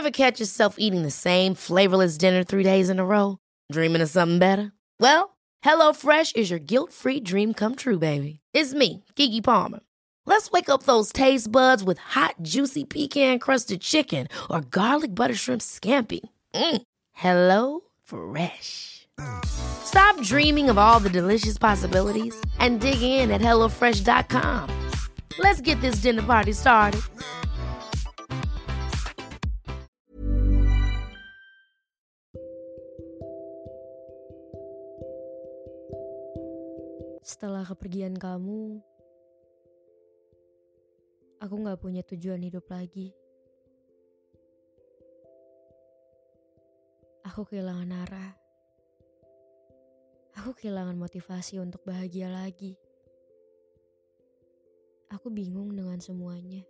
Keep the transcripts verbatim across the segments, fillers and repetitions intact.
Ever catch yourself eating the same flavorless dinner three days in a row? Dreaming of something better? Well, HelloFresh is your guilt-free dream come true, baby. It's me, Keke Palmer. Let's wake up those taste buds with hot, juicy pecan-crusted chicken or garlic butter shrimp scampi. Mm. Hello Fresh. Stop dreaming of all the delicious possibilities and dig in at hello fresh dot com. Let's get this dinner party started. Setelah kepergian kamu, aku gak punya tujuan hidup lagi. Aku kehilangan arah. Aku kehilangan motivasi untuk bahagia lagi. Aku bingung dengan semuanya.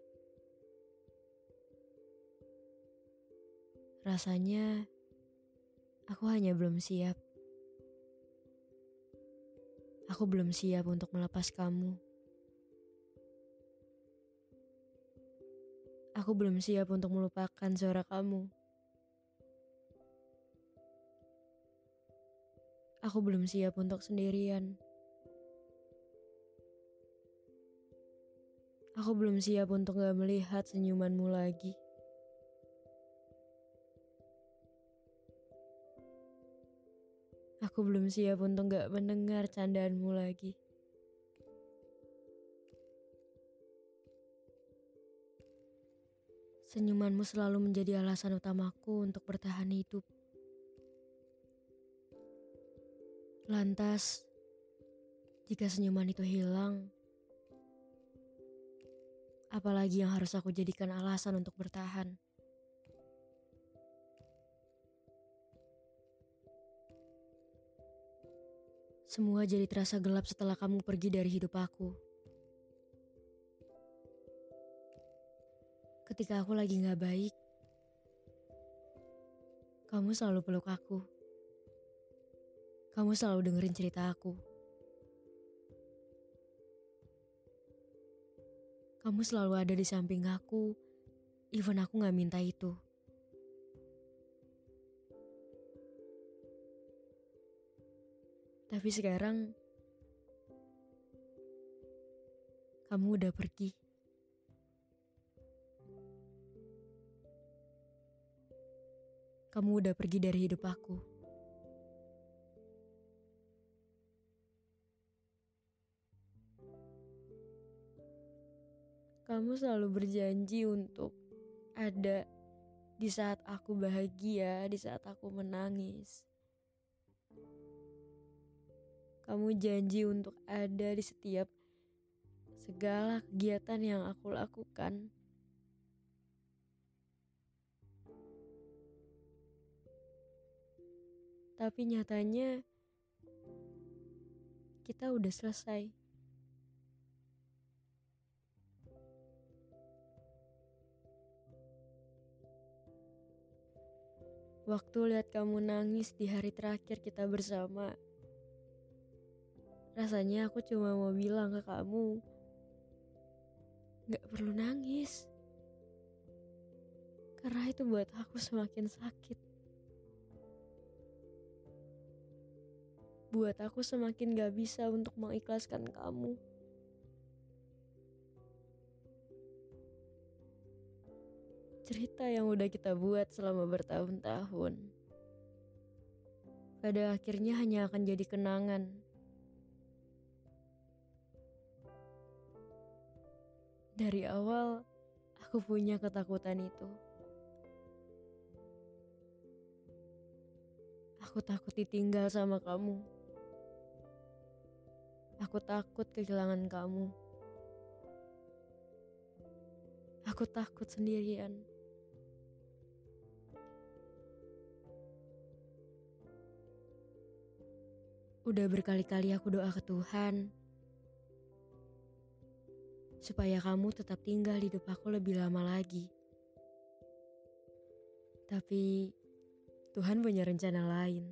Rasanya, aku hanya belum siap. Aku belum siap untuk melepas kamu. Aku belum siap untuk melupakan suara kamu. Aku belum siap untuk sendirian. Aku belum siap untuk gak melihat senyumanmu lagi. Aku belum siap untuk gak mendengar candaanmu lagi. Senyumanmu selalu menjadi alasan utamaku untuk bertahan hidup. Lantas, jika senyuman itu hilang, apalagi yang harus aku jadikan alasan untuk bertahan? Semua jadi terasa gelap setelah kamu pergi dari hidup aku. Ketika aku lagi gak baik, kamu selalu peluk aku. Kamu selalu dengerin cerita aku. Kamu selalu ada di samping aku, even aku gak minta itu. Tapi sekarang, kamu udah pergi. Kamu udah pergi dari hidup aku. Kamu selalu berjanji untuk ada di saat aku bahagia, di saat aku menangis. Kamu janji untuk ada di setiap segala kegiatan yang aku lakukan. Tapi nyatanya kita udah selesai. Waktu lihat kamu nangis di hari terakhir kita bersama, rasanya aku cuma mau bilang ke kamu, gak perlu nangis. Karena itu buat aku semakin sakit. Buat aku semakin gak bisa untuk mengikhlaskan kamu. Cerita yang udah kita buat selama bertahun-tahun, pada akhirnya hanya akan jadi kenangan. Dari awal, aku punya ketakutan itu. Aku takut ditinggal sama kamu. Aku takut kehilangan kamu. Aku takut sendirian. Udah berkali-kali aku doa ke Tuhan supaya kamu tetap tinggal di hidup aku lebih lama lagi. Tapi Tuhan punya rencana lain.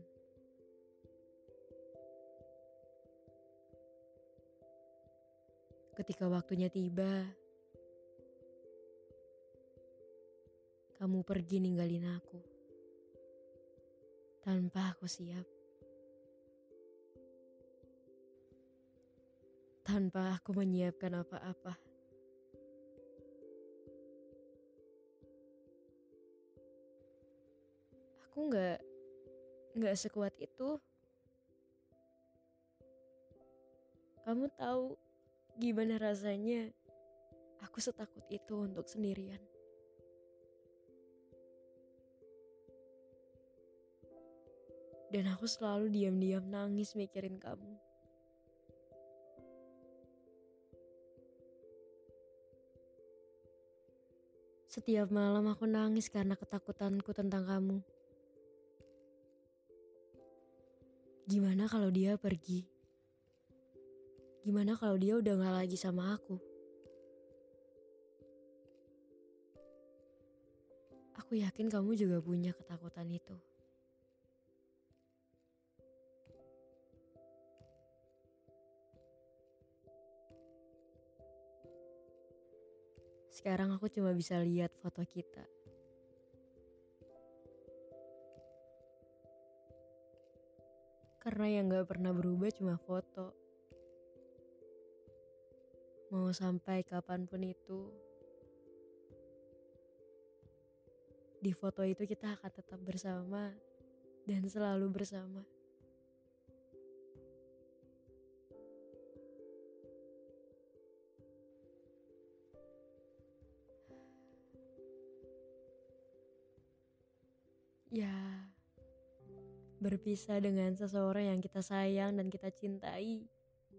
Ketika waktunya tiba, kamu pergi ninggalin aku tanpa aku siap, tanpa aku menyiapkan apa-apa. Aku nggak nggak sekuat itu. Kamu tahu gimana rasanya? Aku setakut itu untuk sendirian. Dan aku selalu diam-diam nangis mikirin kamu. Setiap malam aku nangis karena ketakutanku tentang kamu. Gimana kalau dia pergi? Gimana kalau dia udah gak lagi sama aku? Aku yakin kamu juga punya ketakutan itu. Sekarang aku cuma bisa lihat foto kita. Karena yang gak pernah berubah cuma foto. Mau sampai kapanpun itu, di foto itu kita akan tetap bersama dan selalu bersama. Ya, berpisah dengan seseorang yang kita sayang dan kita cintai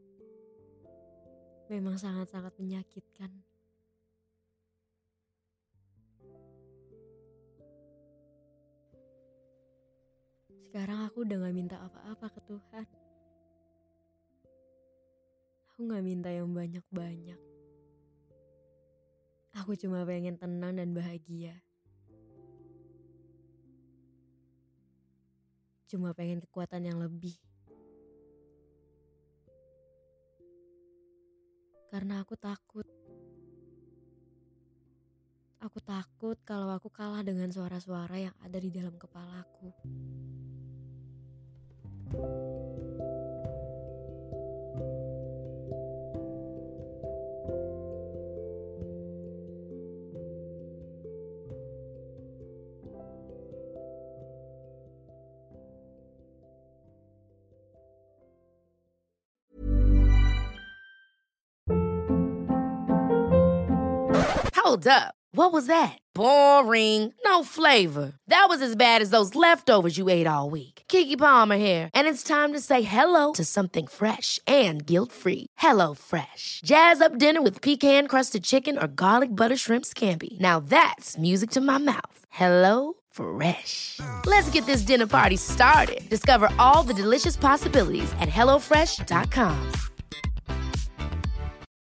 memang sangat-sangat menyakitkan. Sekarang aku udah gak minta apa-apa ke Tuhan. Aku gak minta yang banyak-banyak. Aku cuma pengen tenang dan bahagia. Cuma pengen kekuatan yang lebih. Karena aku takut. Aku takut kalau aku kalah dengan suara-suara yang ada di dalam kepalaku. Hold up. What was that? Boring. No flavor. That was as bad as those leftovers you ate all week. Keke Palmer here, and it's time to say hello to something fresh and guilt-free. Hello Fresh. Jazz up dinner with pecan-crusted chicken or garlic butter shrimp scampi. Now that's music to my mouth. Hello Fresh. Let's get this dinner party started. Discover all the delicious possibilities at hello fresh dot com.